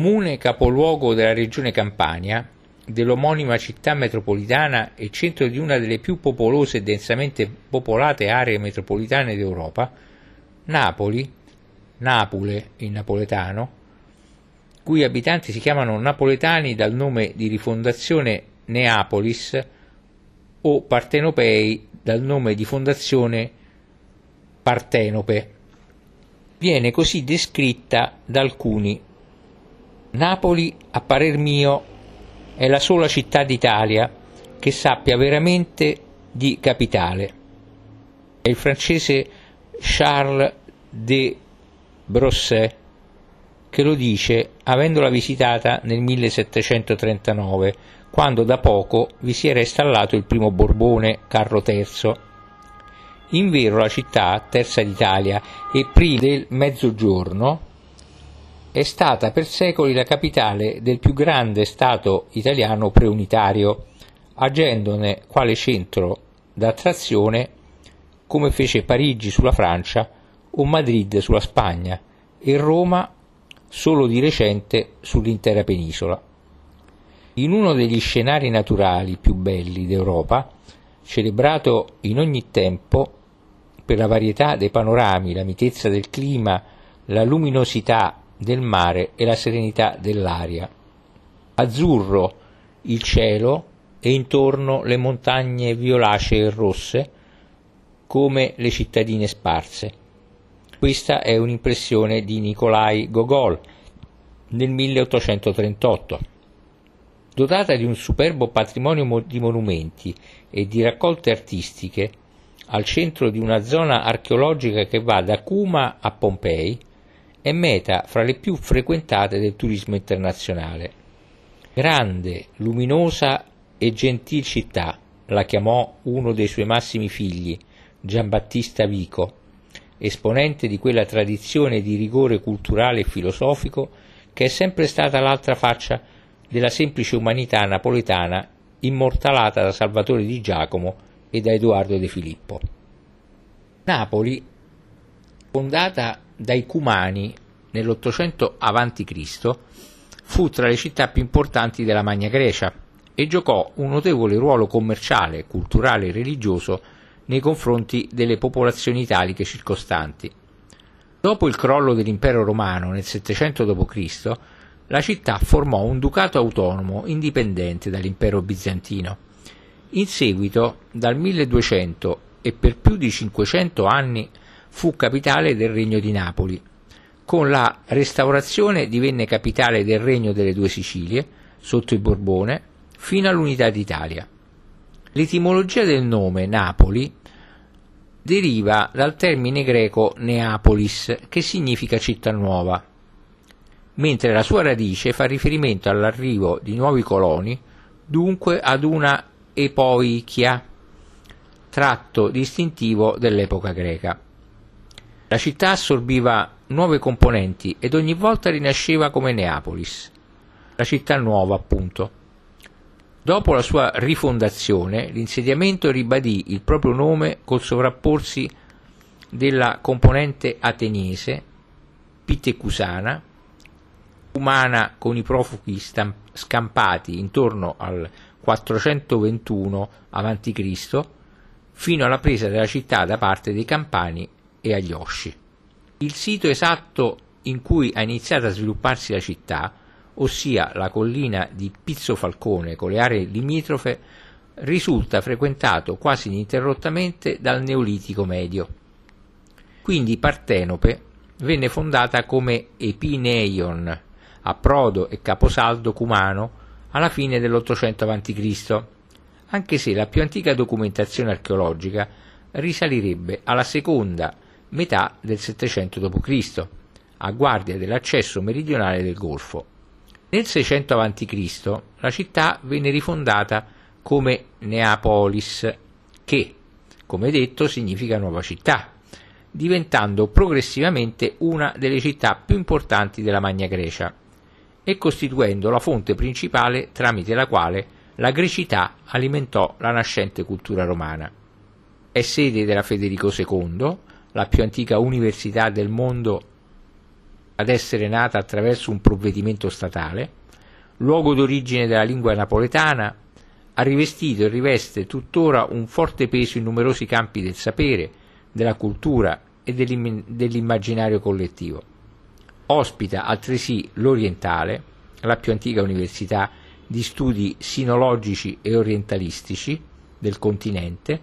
Comune capoluogo della regione Campania, dell'omonima città metropolitana e centro di una delle più popolose e densamente popolate aree metropolitane d'Europa, Napoli, Napule in napoletano, cui abitanti si chiamano napoletani dal nome di rifondazione Neapolis o partenopei dal nome di fondazione Partenope. Viene così descritta da alcuni: Napoli, a parer mio, è la sola città d'Italia che sappia veramente di capitale. È il francese Charles de Brosset che lo dice, avendola visitata nel 1739, quando da poco vi si era installato il primo Borbone, Carlo III. Invero la città, terza d'Italia e prima del Mezzogiorno, è stata per secoli la capitale del più grande Stato italiano preunitario, agendone quale centro d'attrazione come fece Parigi sulla Francia o Madrid sulla Spagna e Roma solo di recente sull'intera penisola. In uno degli scenari naturali più belli d'Europa, celebrato in ogni tempo per la varietà dei panorami, la mitezza del clima, la luminosità del mare e la serenità dell'aria. Azzurro il cielo e intorno le montagne violacee e rosse come le cittadine sparse. Questa è un'impressione di Nikolai Gogol nel 1838. Dotata di un superbo patrimonio di monumenti e di raccolte artistiche, al centro di una zona archeologica che va da Cuma a Pompei, è meta fra le più frequentate del turismo internazionale. Grande, luminosa e gentil città, la chiamò uno dei suoi massimi figli, Giambattista Vico, esponente di quella tradizione di rigore culturale e filosofico che è sempre stata l'altra faccia della semplice umanità napoletana immortalata da Salvatore di Giacomo e da Edoardo De Filippo. Napoli, fondata dai Cumani nell'800 a.C., fu tra le città più importanti della Magna Grecia e giocò un notevole ruolo commerciale, culturale e religioso nei confronti delle popolazioni italiche circostanti. Dopo il crollo dell'impero romano nel 700 d.C., la città formò un ducato autonomo indipendente dall'impero bizantino. In seguito, dal 1200 e per più di 500 anni, fu capitale del Regno di Napoli. Con la Restaurazione divenne capitale del Regno delle Due Sicilie, sotto il Borbone, fino all'Unità d'Italia. L'etimologia del nome Napoli deriva dal termine greco Neapolis, che significa città nuova, mentre la sua radice fa riferimento all'arrivo di nuovi coloni, dunque ad una epoichia, tratto distintivo dell'epoca greca. La città assorbiva nuove componenti ed ogni volta rinasceva come Neapolis, la città nuova appunto. Dopo la sua rifondazione, l'insediamento ribadì il proprio nome col sovrapporsi della componente ateniese, pitecusana, umana con i profughi scampati intorno al 421 a.C., fino alla presa della città da parte dei Campani e agli Osci. Il sito esatto in cui ha iniziato a svilupparsi la città, ossia la collina di Pizzofalcone con le aree limitrofe, risulta frequentato quasi ininterrottamente dal Neolitico medio. Quindi Partenope venne fondata come Epineion, approdo e caposaldo cumano, alla fine dell'800 a.C., anche se la più antica documentazione archeologica risalirebbe alla seconda metà del 700 d.C., a guardia dell'accesso meridionale del Golfo. Nel 600 a.C. la città venne rifondata come Neapolis, che, come detto, significa nuova città, diventando progressivamente una delle città più importanti della Magna Grecia e costituendo la fonte principale tramite la quale la grecità alimentò la nascente cultura romana. È sede della Federico II, la più antica università del mondo ad essere nata attraverso un provvedimento statale, luogo d'origine della lingua napoletana, ha rivestito e riveste tuttora un forte peso in numerosi campi del sapere, della cultura e dell'immaginario collettivo. Ospita altresì l'Orientale, la più antica università di studi sinologici e orientalistici del continente,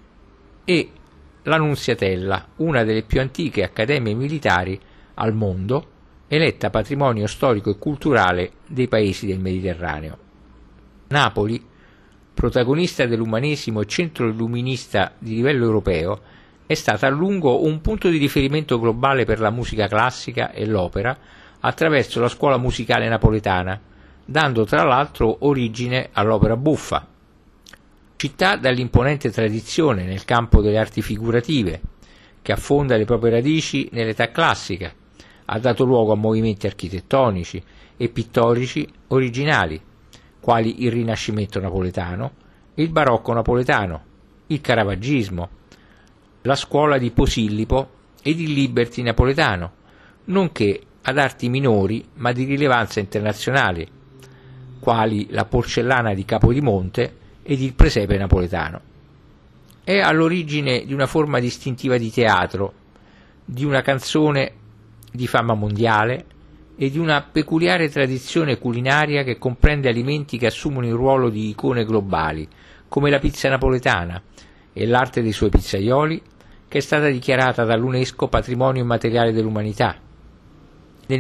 e la Nunziatella, una delle più antiche accademie militari al mondo, eletta patrimonio storico e culturale dei paesi del Mediterraneo. Napoli, protagonista dell'umanesimo e centro illuminista di livello europeo, è stata a lungo un punto di riferimento globale per la musica classica e l'opera attraverso la scuola musicale napoletana, dando tra l'altro origine all'opera buffa. Città dall'imponente tradizione nel campo delle arti figurative, che affonda le proprie radici nell'età classica, ha dato luogo a movimenti architettonici e pittorici originali, quali il Rinascimento napoletano, il Barocco napoletano, il Caravaggismo, la scuola di Posillipo ed il Liberty napoletano, nonché ad arti minori ma di rilevanza internazionale, quali la porcellana di Capodimonte ed il presepe napoletano. È all'origine di una forma distintiva di teatro, di una canzone di fama mondiale e di una peculiare tradizione culinaria che comprende alimenti che assumono il ruolo di icone globali, come la pizza napoletana e l'arte dei suoi pizzaioli, che è stata dichiarata dall'UNESCO patrimonio immateriale dell'umanità. Nel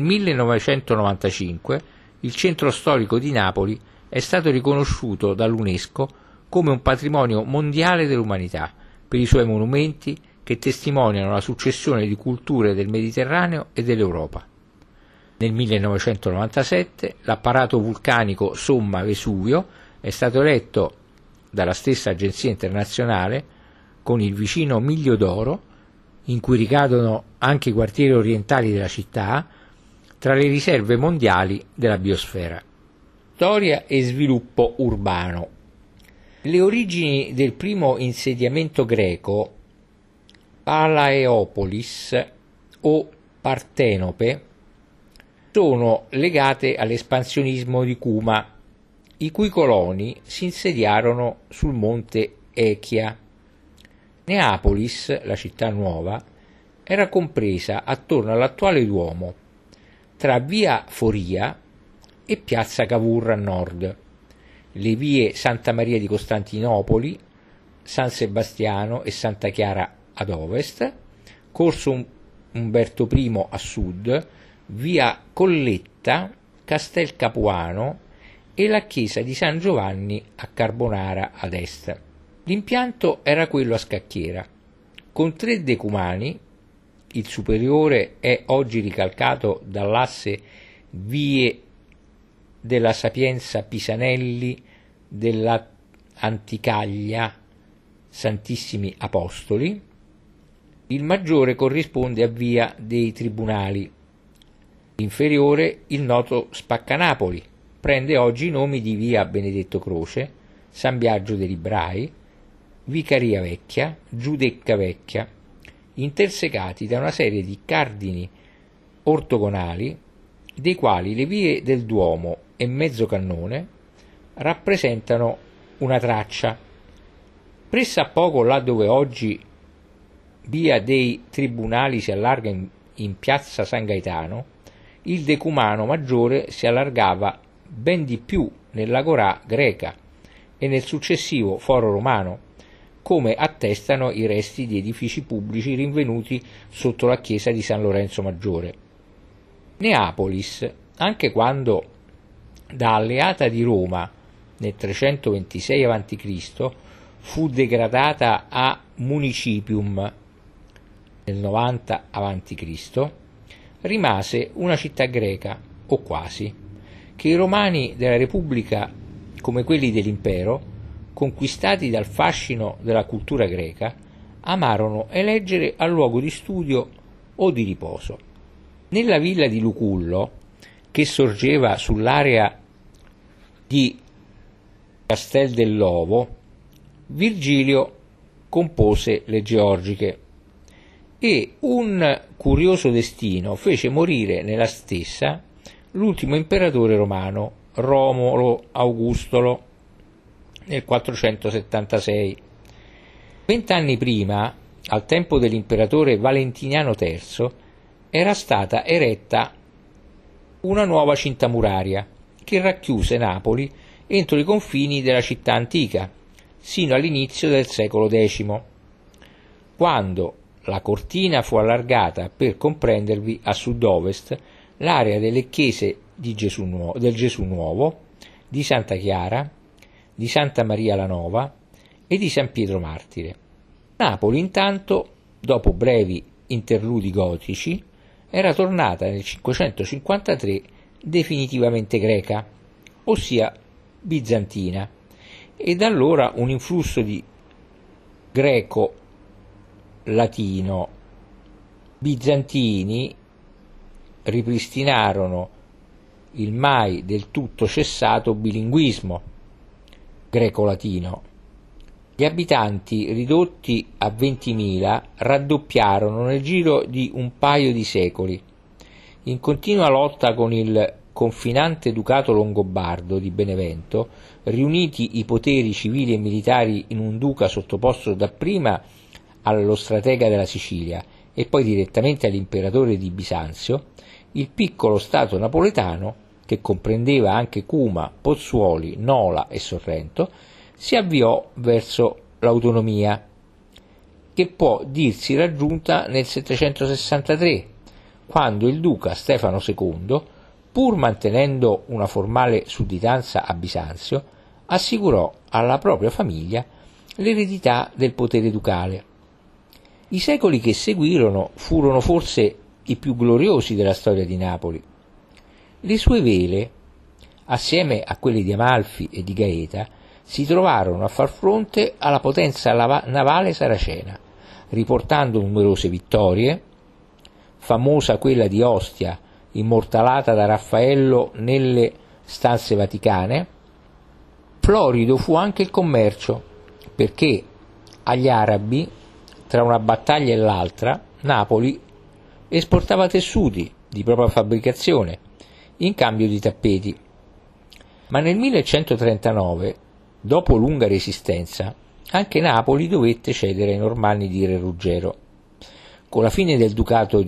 1995 il centro storico di Napoli è stato riconosciuto dall'UNESCO come un patrimonio mondiale dell'umanità per i suoi monumenti che testimoniano la successione di culture del Mediterraneo e dell'Europa. Nel 1997 l'apparato vulcanico Somma-Vesuvio è stato eletto dalla stessa agenzia internazionale con il vicino Miglio d'Oro, in cui ricadono anche i quartieri orientali della città, tra le riserve mondiali della biosfera. Storia e sviluppo urbano. Le origini del primo insediamento greco, Palaeopolis o Partenope, sono legate all'espansionismo di Cuma, i cui coloni si insediarono sul monte Echia. Neapolis, la città nuova, era compresa attorno all'attuale Duomo, tra via Foria e piazza Cavour a nord, le vie Santa Maria di Costantinopoli, San Sebastiano e Santa Chiara ad ovest, corso Umberto I a sud, via Colletta, Castel Capuano e la chiesa di San Giovanni a Carbonara ad est. L'impianto era quello a scacchiera, con 3 decumani. Il superiore è oggi ricalcato dall'asse vie della Sapienza Pisanelli della Anticaglia Santissimi Apostoli. Il maggiore corrisponde a via dei Tribunali. L'inferiore, il noto Spaccanapoli, prende oggi i nomi di via Benedetto Croce, San Biagio dei Librai, Vicaria Vecchia, Giudecca Vecchia, intersecati da una serie di cardini ortogonali, dei quali le vie del Duomo e Mezzocannone rappresentano una traccia. Pressappoco là dove oggi via dei Tribunali si allarga in piazza San Gaetano, il decumano maggiore si allargava ben di più nell'agorà greca e nel successivo foro romano, come attestano i resti di edifici pubblici rinvenuti sotto la chiesa di San Lorenzo Maggiore. Neapolis, anche quando da alleata di Roma nel 326 a.C. fu degradata a municipium nel 90 a.C., rimase una città greca, o quasi, che i romani della Repubblica, come quelli dell'impero, conquistati dal fascino della cultura greca, amarono eleggere a luogo di studio o di riposo. Nella villa di Lucullo, che sorgeva sull'area di Castel dell'Ovo, Virgilio compose le Georgiche e un curioso destino fece morire nella stessa l'ultimo imperatore romano, Romolo Augustolo, nel 476. 20 anni prima, al tempo dell'imperatore Valentiniano III, era stata eretta una nuova cinta muraria che racchiuse Napoli entro i confini della città antica, sino all'inizio del secolo X, quando la cortina fu allargata per comprendervi a sud-ovest l'area delle chiese del Gesù Nuovo, di Santa Chiara, di Santa Maria la Nova e di San Pietro Martire. Napoli, intanto, dopo brevi interludi gotici, era tornata nel 553 definitivamente greca, ossia bizantina, e da allora un influsso di greco-latino. Bizantini ripristinarono il mai del tutto cessato bilinguismo greco-latino. Gli abitanti, ridotti a 20.000, raddoppiarono nel giro di un paio di secoli. In continua lotta con il confinante ducato longobardo di Benevento, riuniti i poteri civili e militari in un duca sottoposto dapprima allo stratega della Sicilia e poi direttamente all'imperatore di Bisanzio, il piccolo stato napoletano, che comprendeva anche Cuma, Pozzuoli, Nola e Sorrento, si avviò verso l'autonomia, che può dirsi raggiunta nel 763, quando il duca Stefano II, pur mantenendo una formale sudditanza a Bisanzio, assicurò alla propria famiglia l'eredità del potere ducale. I secoli che seguirono furono forse i più gloriosi della storia di Napoli. Le sue vele, assieme a quelle di Amalfi e di Gaeta, si trovarono a far fronte alla potenza navale saracena, riportando numerose vittorie, famosa quella di Ostia, immortalata da Raffaello nelle stanze vaticane. Florido fu anche il commercio, perché agli arabi, tra una battaglia e l'altra, Napoli esportava tessuti di propria fabbricazione in cambio di tappeti. Ma nel 1139, dopo lunga resistenza, anche Napoli dovette cedere ai normanni di Re Ruggero. Con la fine del ducato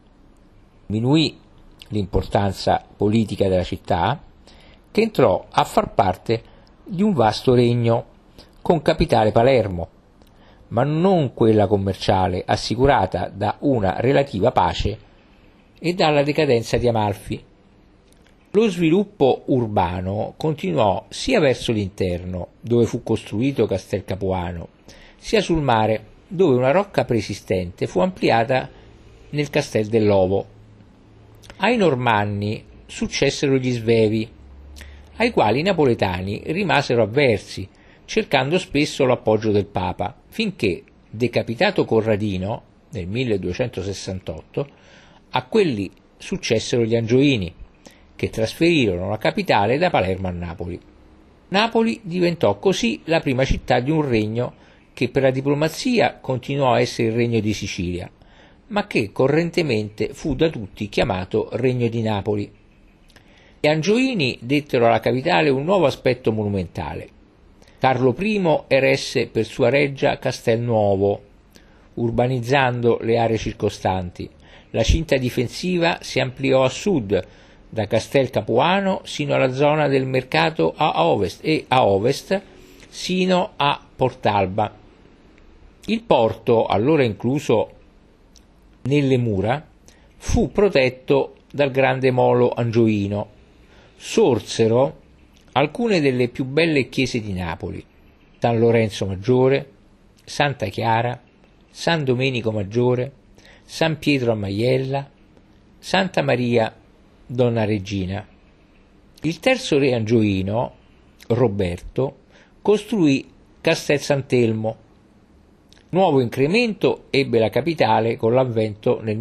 diminuì l'importanza politica della città, che entrò a far parte di un vasto regno con capitale Palermo, ma non quella commerciale, assicurata da una relativa pace e dalla decadenza di Amalfi. Lo sviluppo urbano continuò sia verso l'interno, dove fu costruito Castel Capuano, sia sul mare, dove una rocca preesistente fu ampliata nel Castel dell'Ovo. Ai Normanni successero gli Svevi, ai quali i napoletani rimasero avversi, cercando spesso l'appoggio del Papa, finché, decapitato Corradino nel 1268, a quelli successero gli Angioini, che trasferirono la capitale da Palermo a Napoli. Napoli diventò così la prima città di un regno che per la diplomazia continuò a essere il Regno di Sicilia, ma che correntemente fu da tutti chiamato Regno di Napoli. Gli Angioini dettero alla capitale un nuovo aspetto monumentale. Carlo I eresse per sua reggia Castelnuovo, urbanizzando le aree circostanti. La cinta difensiva si ampliò a sud, da Castel Capuano sino alla zona del mercato a ovest e a ovest sino a Portalba. Il porto, allora incluso nelle mura, fu protetto dal grande molo angioino. Sorsero alcune delle più belle chiese di Napoli: San Lorenzo Maggiore, Santa Chiara, San Domenico Maggiore, San Pietro a Maiella, Santa Maria Donna Regina. Il terzo re angioino, Roberto, costruì Castel Sant'Elmo. Nuovo incremento ebbe la capitale con l'avvento nel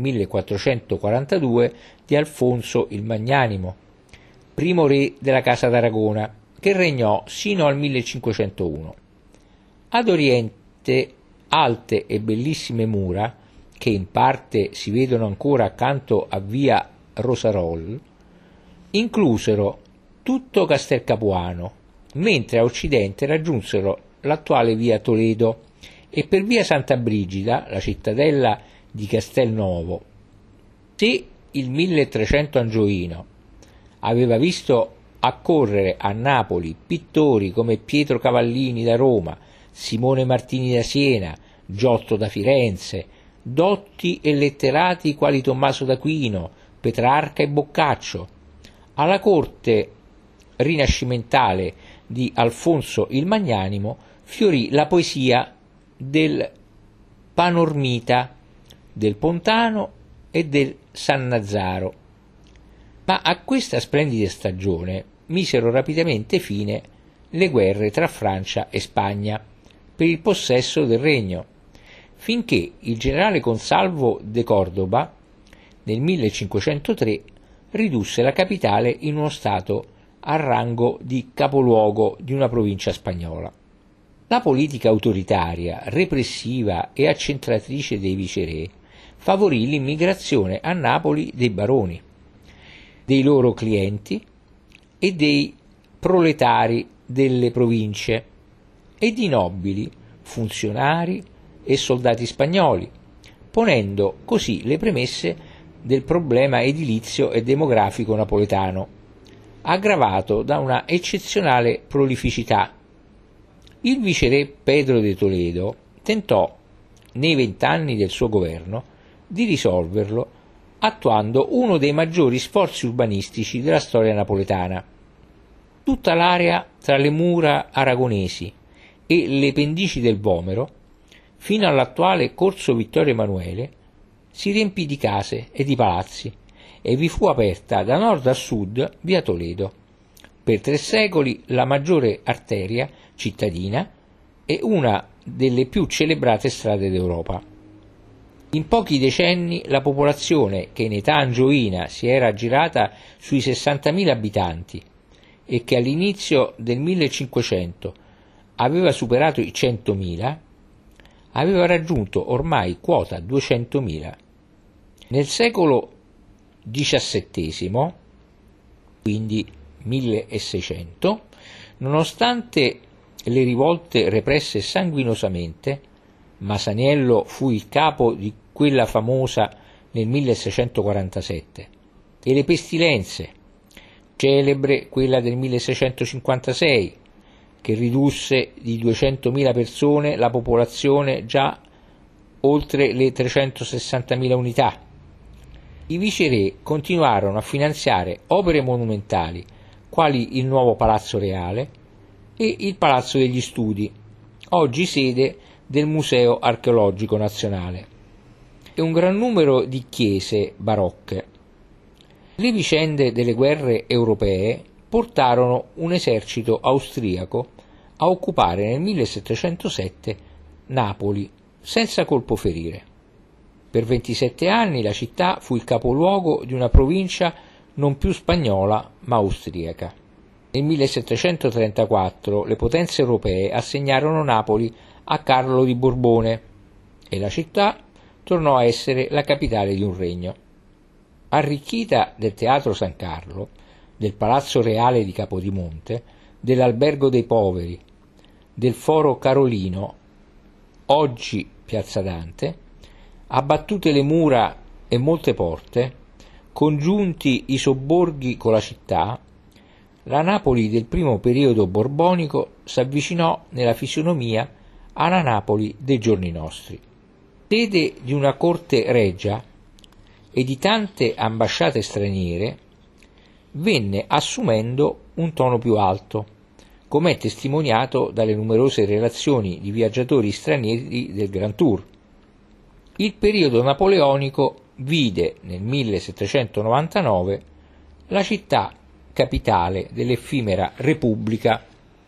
1442 di Alfonso il Magnanimo, primo re della Casa d'Aragona, che regnò sino al 1501. Ad oriente alte e bellissime mura che in parte si vedono ancora accanto a via Rosarol, inclusero tutto Castel Capuano, mentre a occidente raggiunsero l'attuale via Toledo e per via Santa Brigida, la cittadella di Castelnuovo. Se il 1300 Angioino aveva visto accorrere a Napoli pittori come Pietro Cavallini da Roma, Simone Martini da Siena, Giotto da Firenze, dotti e letterati quali Tommaso d'Aquino, Petrarca e Boccaccio, alla corte rinascimentale di Alfonso il Magnanimo fiorì la poesia del Panormita, del Pontano e del Sannazzaro. Ma a questa splendida stagione misero rapidamente fine le guerre tra Francia e Spagna per il possesso del regno, finché il generale Consalvo de Córdoba nel 1503 ridusse la capitale in uno stato a rango di capoluogo di una provincia spagnola. La politica autoritaria, repressiva e accentratrice dei viceré favorì l'immigrazione a Napoli dei baroni, dei loro clienti e dei proletari delle province e di nobili, funzionari e soldati spagnoli, ponendo così le premesse del problema edilizio e demografico napoletano, aggravato da una eccezionale prolificità. Il viceré Pedro de Toledo tentò, nei 20 anni del suo governo, di risolverlo attuando uno dei maggiori sforzi urbanistici della storia napoletana. Tutta l'area tra le mura aragonesi e le pendici del Vomero, fino all'attuale Corso Vittorio Emanuele, si riempì di case e di palazzi e vi fu aperta da nord a sud via Toledo, per 3 secoli la maggiore arteria cittadina e una delle più celebrate strade d'Europa. In pochi decenni la popolazione, che in età angioina si era aggirata sui 60.000 abitanti e che all'inizio del 1500 aveva superato i 100.000, aveva raggiunto ormai quota 200.000. Nel secolo XVII, quindi 1600, nonostante le rivolte represse sanguinosamente, Masaniello fu il capo di quella famosa nel 1647, e le pestilenze, celebre quella del 1656, che ridusse di 200.000 persone la popolazione già oltre le 360.000 unità. I viceré continuarono a finanziare opere monumentali quali il nuovo Palazzo Reale e il Palazzo degli Studi, oggi sede del Museo Archeologico Nazionale, e un gran numero di chiese barocche. Le vicende delle guerre europee portarono un esercito austriaco a occupare nel 1707 Napoli senza colpo ferire. Per 27 anni la città fu il capoluogo di una provincia non più spagnola ma austriaca. Nel 1734 le potenze europee assegnarono Napoli a Carlo di Borbone e la città tornò a essere la capitale di un regno. Arricchita del Teatro San Carlo, del Palazzo Reale di Capodimonte, dell'Albergo dei Poveri, del Foro Carolino, oggi Piazza Dante, abbattute le mura e molte porte, congiunti i sobborghi con la città, la Napoli del primo periodo borbonico s'avvicinò nella fisionomia alla Napoli dei giorni nostri. Sede di una corte regia e di tante ambasciate straniere, venne assumendo un tono più alto, come è testimoniato dalle numerose relazioni di viaggiatori stranieri del Grand Tour. Il periodo napoleonico vide nel 1799 la città capitale dell'effimera Repubblica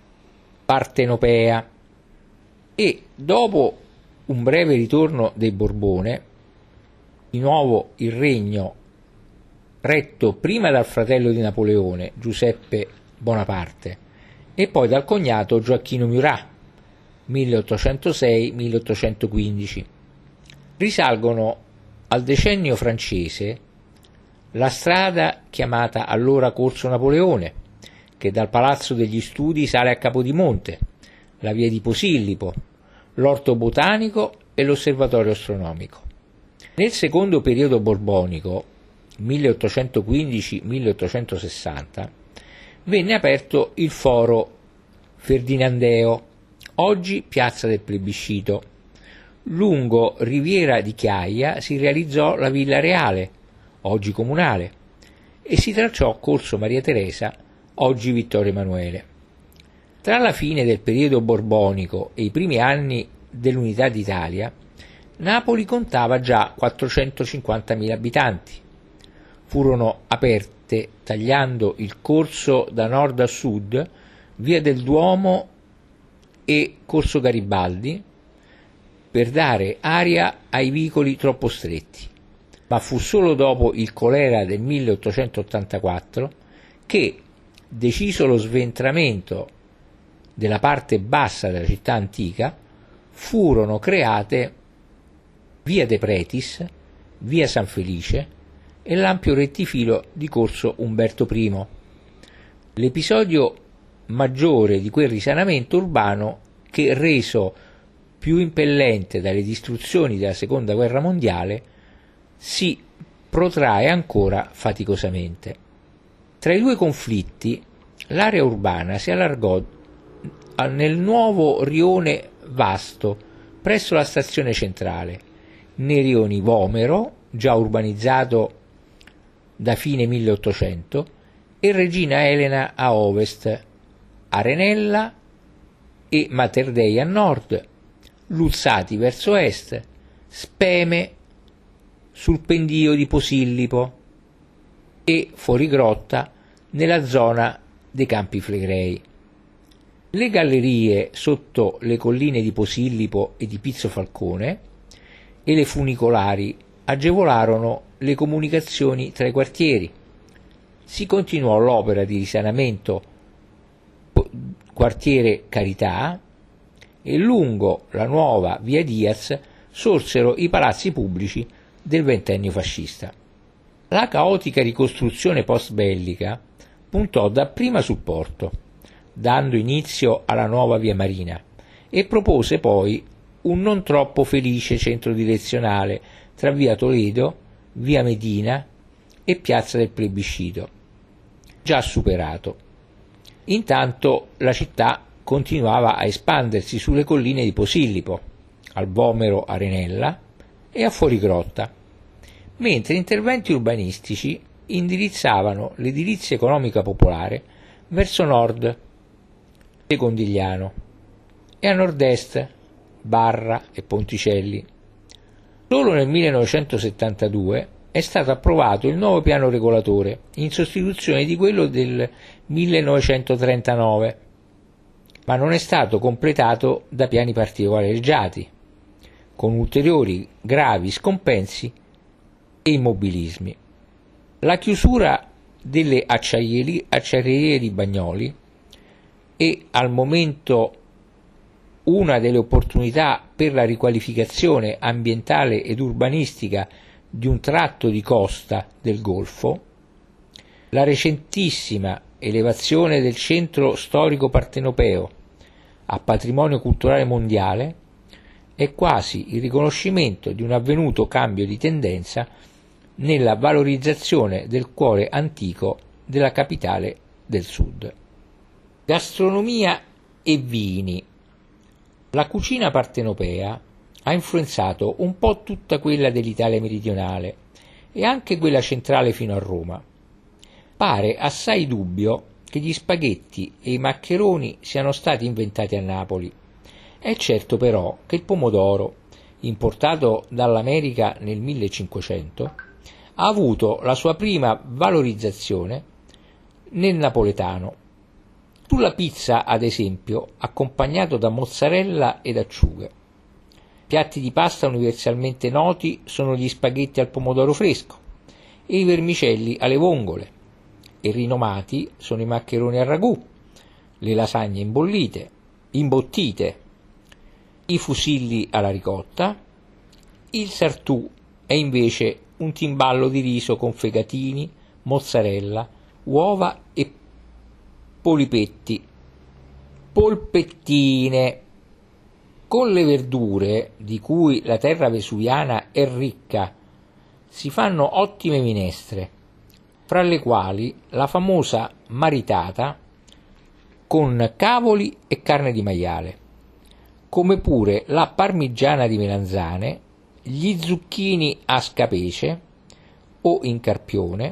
Partenopea e, dopo un breve ritorno dei Borbone, di nuovo il regno retto prima dal fratello di Napoleone, Giuseppe Bonaparte, e poi dal cognato Gioacchino Murat, 1806-1815. Risalgono al decennio francese la strada chiamata allora Corso Napoleone, che dal Palazzo degli Studi sale a Capodimonte, la via di Posillipo, l'Orto Botanico e l'Osservatorio Astronomico. Nel secondo periodo borbonico, 1815-1860, venne aperto il Foro Ferdinandeo, oggi Piazza del Plebiscito. Lungo Riviera di Chiaia si realizzò la Villa Reale, oggi comunale, e si tracciò Corso Maria Teresa, oggi Vittorio Emanuele. Tra la fine del periodo borbonico e i primi anni dell'Unità d'Italia, Napoli contava già 450.000 abitanti. Furono aperte, tagliando il corso da nord a sud, via del Duomo e Corso Garibaldi, per dare aria ai vicoli troppo stretti, ma fu solo dopo il colera del 1884 che, deciso lo sventramento della parte bassa della città antica, furono create via De Pretis, via San Felice e l'ampio rettifilo di corso Umberto I. L'episodio maggiore di quel risanamento urbano, che reso più impellente dalle distruzioni della Seconda Guerra Mondiale, si protrae ancora faticosamente. Tra i due conflitti, l'area urbana si allargò nel nuovo rione Vasto, presso la stazione centrale, nei rioni Vomero, già urbanizzato da fine 1800, e Regina Elena a ovest, Arenella e Mater Dei a nord, Luzzati verso est, Speme sul pendio di Posillipo e Fuorigrotta nella zona dei Campi Flegrei. Le gallerie sotto le colline di Posillipo e di Pizzo Falcone e le funicolari agevolarono le comunicazioni tra i quartieri. Si continuò l'opera di risanamento quartiere Carità, e lungo la nuova via Diaz sorsero i palazzi pubblici del ventennio fascista. La caotica ricostruzione post-bellica puntò dapprima sul porto, dando inizio alla nuova via Marina, e propose poi un non troppo felice centro direzionale tra via Toledo, via Medina e piazza del Plebiscito, già superato. Intanto la città continuava a espandersi sulle colline di Posillipo, al Vomero Arenella e a Fuorigrotta, mentre interventi urbanistici indirizzavano l'edilizia economica popolare verso nord, Secondigliano, e a nord-est, Barra e Ponticelli. Solo nel 1972 è stato approvato il nuovo piano regolatore, in sostituzione di quello del 1939, ma non è stato completato da piani particolareggiati, con ulteriori gravi scompensi e immobilismi. La chiusura delle acciaierie di Bagnoli è al momento una delle opportunità per la riqualificazione ambientale ed urbanistica di un tratto di costa del Golfo, la recentissima elevazione del centro storico partenopeo a patrimonio culturale mondiale è quasi il riconoscimento di un avvenuto cambio di tendenza nella valorizzazione del cuore antico della capitale del Sud. Gastronomia e vini. La cucina partenopea ha influenzato un po' tutta quella dell'Italia meridionale e anche quella centrale fino a Roma. Pare assai dubbio che gli spaghetti e i maccheroni siano stati inventati a Napoli. È certo però che il pomodoro, importato dall'America nel 1500, ha avuto la sua prima valorizzazione nel napoletano. Sulla pizza, ad esempio, accompagnato da mozzarella ed acciughe. Piatti di pasta universalmente noti sono gli spaghetti al pomodoro fresco e i vermicelli alle vongole, e rinomati sono i maccheroni al ragù, le lasagne imbottite, i fusilli alla ricotta Il sartù è invece un timballo di riso con fegatini, mozzarella, uova e polpettine. Con le verdure, di cui la terra vesuviana è ricca, si fanno ottime minestre, fra le quali la famosa maritata con cavoli e carne di maiale, come pure la parmigiana di melanzane, gli zucchini a scapece o in carpione,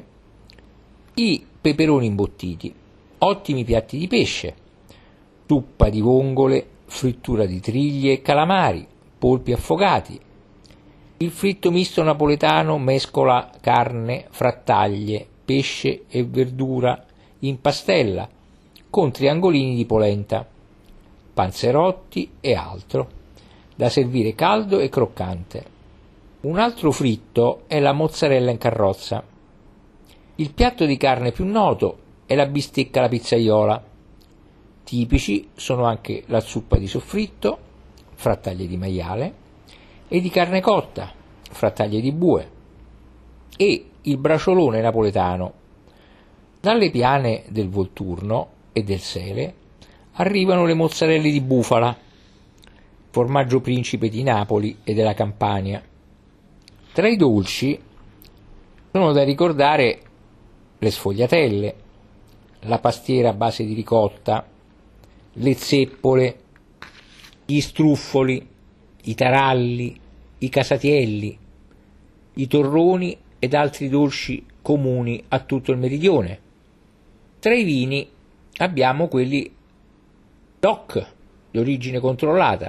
i peperoni imbottiti, ottimi piatti di pesce, zuppa di vongole, frittura di triglie e calamari, polpi affogati. Il fritto misto napoletano mescola carne, frattaglie, pesce e verdura in pastella con triangolini di polenta, panzerotti e altro, da servire caldo e croccante. Un altro fritto è la mozzarella in carrozza. Il piatto di carne più noto è la bistecca alla pizzaiola. Tipici sono anche la zuppa di soffritto, frattaglie di maiale, e di carne cotta, frattaglie di bue, e il braciolone napoletano. Dalle piane del Volturno e del Sele arrivano le mozzarelle di bufala, formaggio principe di Napoli e della Campania. Tra i dolci sono da ricordare le sfogliatelle, la pastiera a base di ricotta, le zeppole, gli struffoli, i taralli, i casatielli, i torroni ed altri dolci comuni a tutto il meridione. Tra i vini abbiamo quelli DOC, di origine controllata.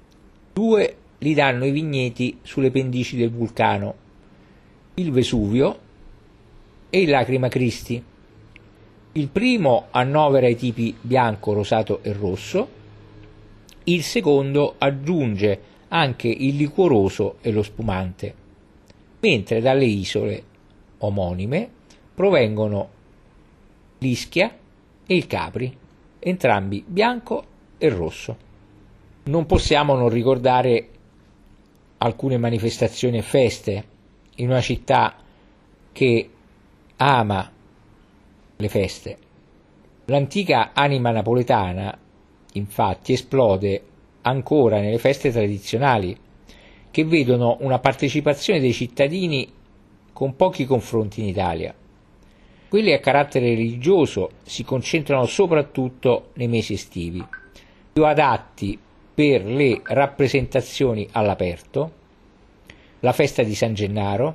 2 li danno i vigneti sulle pendici del vulcano, il Vesuvio e il Lacrima Christi. Il primo annovera i tipi bianco, rosato e rosso, il secondo aggiunge anche il liquoroso e lo spumante, mentre dalle isole omonime provengono l'Ischia e il Capri, entrambi bianco e rosso. Non possiamo non ricordare alcune manifestazioni e feste in una città che ama le feste. L'antica anima napoletana, infatti, esplode ancora nelle feste tradizionali, che vedono una partecipazione dei cittadini con pochi confronti in Italia. Quelle a carattere religioso si concentrano soprattutto nei mesi estivi, più adatti per le rappresentazioni all'aperto, la festa di San Gennaro,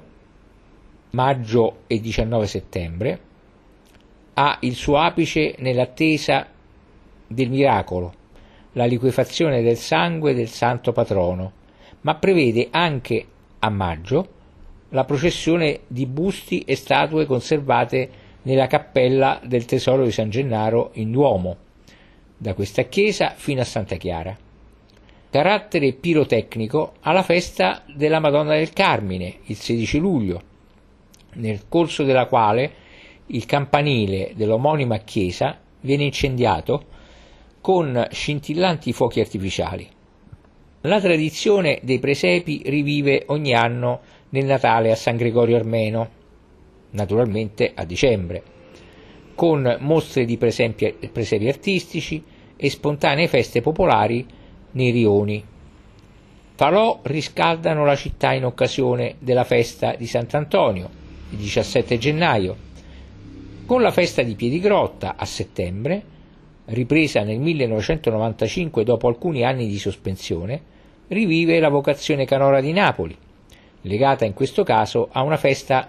maggio e 19 settembre, ha il suo apice nell'attesa del miracolo, la liquefazione del sangue del santo patrono, ma prevede anche a maggio la processione di busti e statue conservate nella cappella del tesoro di San Gennaro in Duomo, da questa chiesa fino a Santa Chiara. Carattere pirotecnico ha la festa della Madonna del Carmine, il 16 luglio, nel corso della quale il campanile dell'omonima chiesa viene incendiato con scintillanti fuochi artificiali. La tradizione dei presepi rivive ogni anno nel Natale a San Gregorio Armeno, naturalmente a dicembre, con mostre di presepi artistici e spontanee feste popolari nei rioni. Falò riscaldano la città in occasione della festa di Sant'Antonio, il 17 gennaio, con la festa di Piedigrotta a settembre, ripresa nel 1995 dopo alcuni anni di sospensione, rivive la vocazione canora di Napoli, legata in questo caso a una festa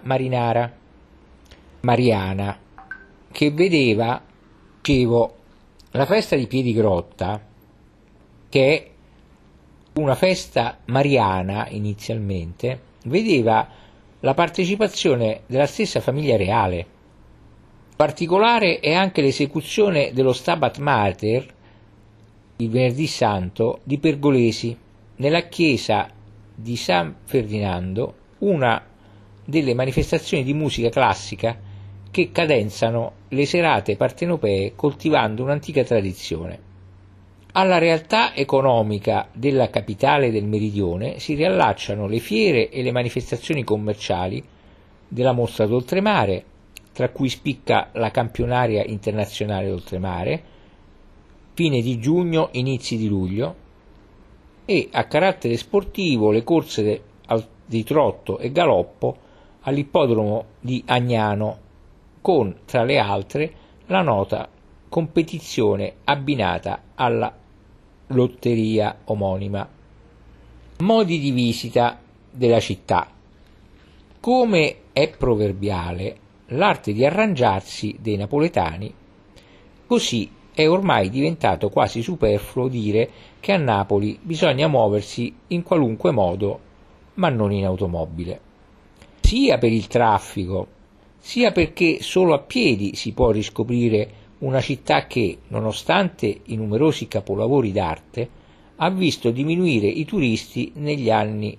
mariana, che vedeva, la festa di Piedigrotta, che è una festa mariana inizialmente, vedeva la partecipazione della stessa famiglia reale. Particolare è anche l'esecuzione dello Stabat Mater, il Venerdì Santo, di Pergolesi, nella chiesa di San Ferdinando, una delle manifestazioni di musica classica che cadenzano le serate partenopee coltivando un'antica tradizione. Alla realtà economica della capitale del meridione si riallacciano le fiere e le manifestazioni commerciali della mostra d'oltremare, tra cui spicca la campionaria internazionale d'oltremare, fine di giugno, inizi di luglio, e a carattere sportivo le corse di trotto e galoppo all'ippodromo di Agnano, con, tra le altre, la nota competizione abbinata alla lotteria omonima. Modi di visita della città. Come è proverbiale, l'arte di arrangiarsi dei napoletani, così è ormai diventato quasi superfluo dire che a Napoli bisogna muoversi in qualunque modo, ma non in automobile. Sia per il traffico, sia perché solo a piedi si può riscoprire una città che, nonostante i numerosi capolavori d'arte, ha visto diminuire i turisti negli anni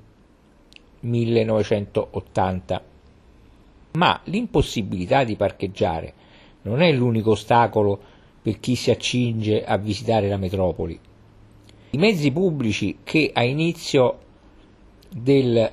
1980. Ma l'impossibilità di parcheggiare non è l'unico ostacolo per chi si accinge a visitare la metropoli. I mezzi pubblici che a inizio del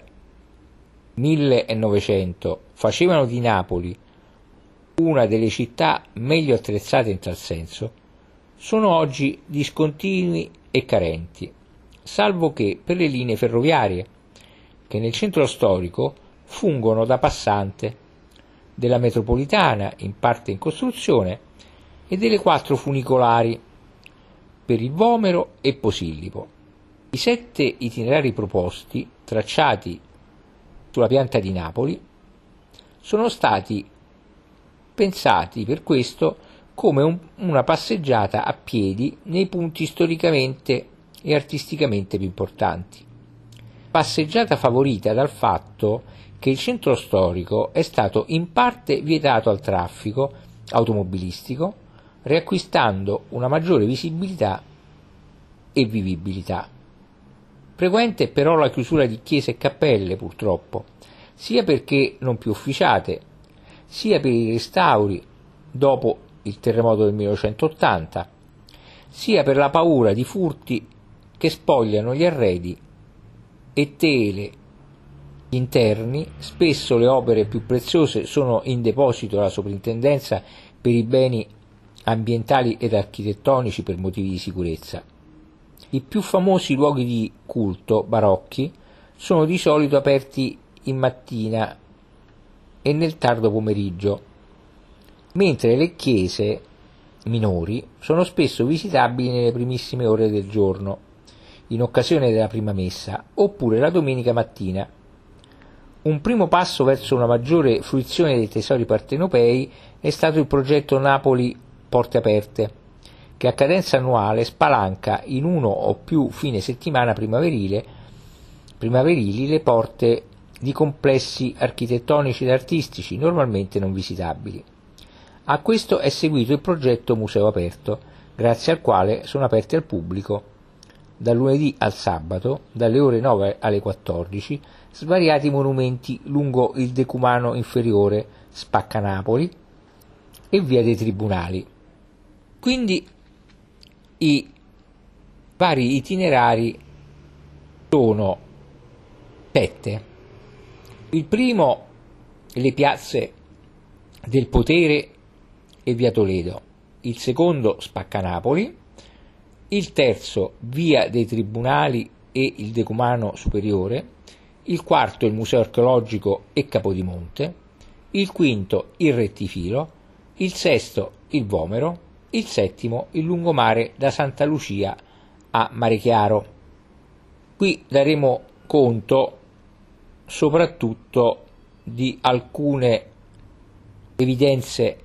1900 facevano di Napoli una delle città meglio attrezzate in tal senso, sono oggi discontinui e carenti, salvo che per le linee ferroviarie, che nel centro storico fungono da passante, della metropolitana in parte in costruzione e delle 4 funicolari per il Vomero e Posillipo. I 7 itinerari proposti, tracciati sulla pianta di Napoli, sono stati pensati per questo come una passeggiata a piedi nei punti storicamente e artisticamente più importanti. Passeggiata favorita dal fatto che il centro storico è stato in parte vietato al traffico automobilistico, riacquistando una maggiore visibilità e vivibilità. Frequente però la chiusura di chiese e cappelle, purtroppo, sia perché non più officiate, sia per i restauri dopo il terremoto del 1980, sia per la paura di furti che spogliano gli arredi e tele interni. Spesso le opere più preziose sono in deposito alla Soprintendenza per i beni ambientali ed architettonici per motivi di sicurezza. I più famosi luoghi di culto barocchi sono di solito aperti in mattina e nel tardo pomeriggio, mentre le chiese minori sono spesso visitabili nelle primissime ore del giorno, in occasione della prima messa, oppure la domenica mattina. Un primo passo verso una maggiore fruizione dei tesori partenopei è stato il progetto Napoli Porte Aperte, che a cadenza annuale spalanca in uno o più fine settimana primaverili le porte di complessi architettonici ed artistici normalmente non visitabili. A questo è seguito il progetto Museo Aperto, grazie al quale sono aperti al pubblico dal lunedì al sabato, dalle ore 9 alle 14, svariati monumenti lungo il decumano inferiore Spaccanapoli e via dei Tribunali. Quindi i vari itinerari sono 7. Il primo, le piazze del Potere e via Toledo. Il secondo, Spaccanapoli. Il terzo, via dei Tribunali e il Decumano Superiore. Il quarto, il Museo Archeologico e Capodimonte. Il quinto, il Rettifilo. Il sesto, il Vomero. Il settimo, il lungomare da Santa Lucia a Marechiaro. Qui daremo conto soprattutto di alcune evidenze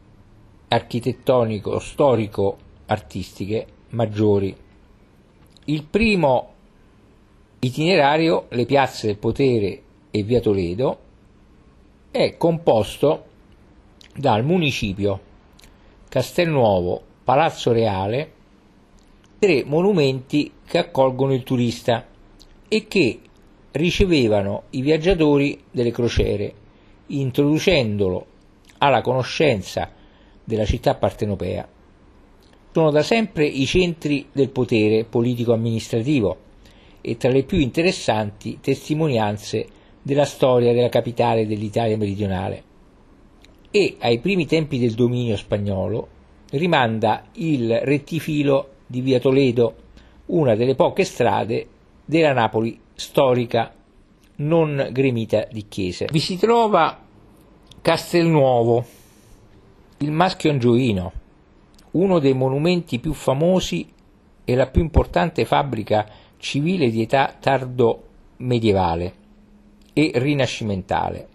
architettonico-storico-artistiche maggiori. Il primo itinerario, le piazze del Potere e via Toledo, è composto dal municipio, Castelnuovo, Palazzo Reale, 3 monumenti che accolgono il turista e che ricevevano i viaggiatori delle crociere, introducendolo alla conoscenza della città partenopea. sono da sempre i centri del potere politico-amministrativo e tra le più interessanti testimonianze della storia della capitale dell'Italia meridionale. E ai primi tempi del dominio spagnolo rimanda il rettifilo di via Toledo, una delle poche strade della Napoli storica non gremita di chiese. Vi si trova Castelnuovo, il Maschiongioino, uno dei monumenti più famosi e la più importante fabbrica civile di età tardo medievale e rinascimentale,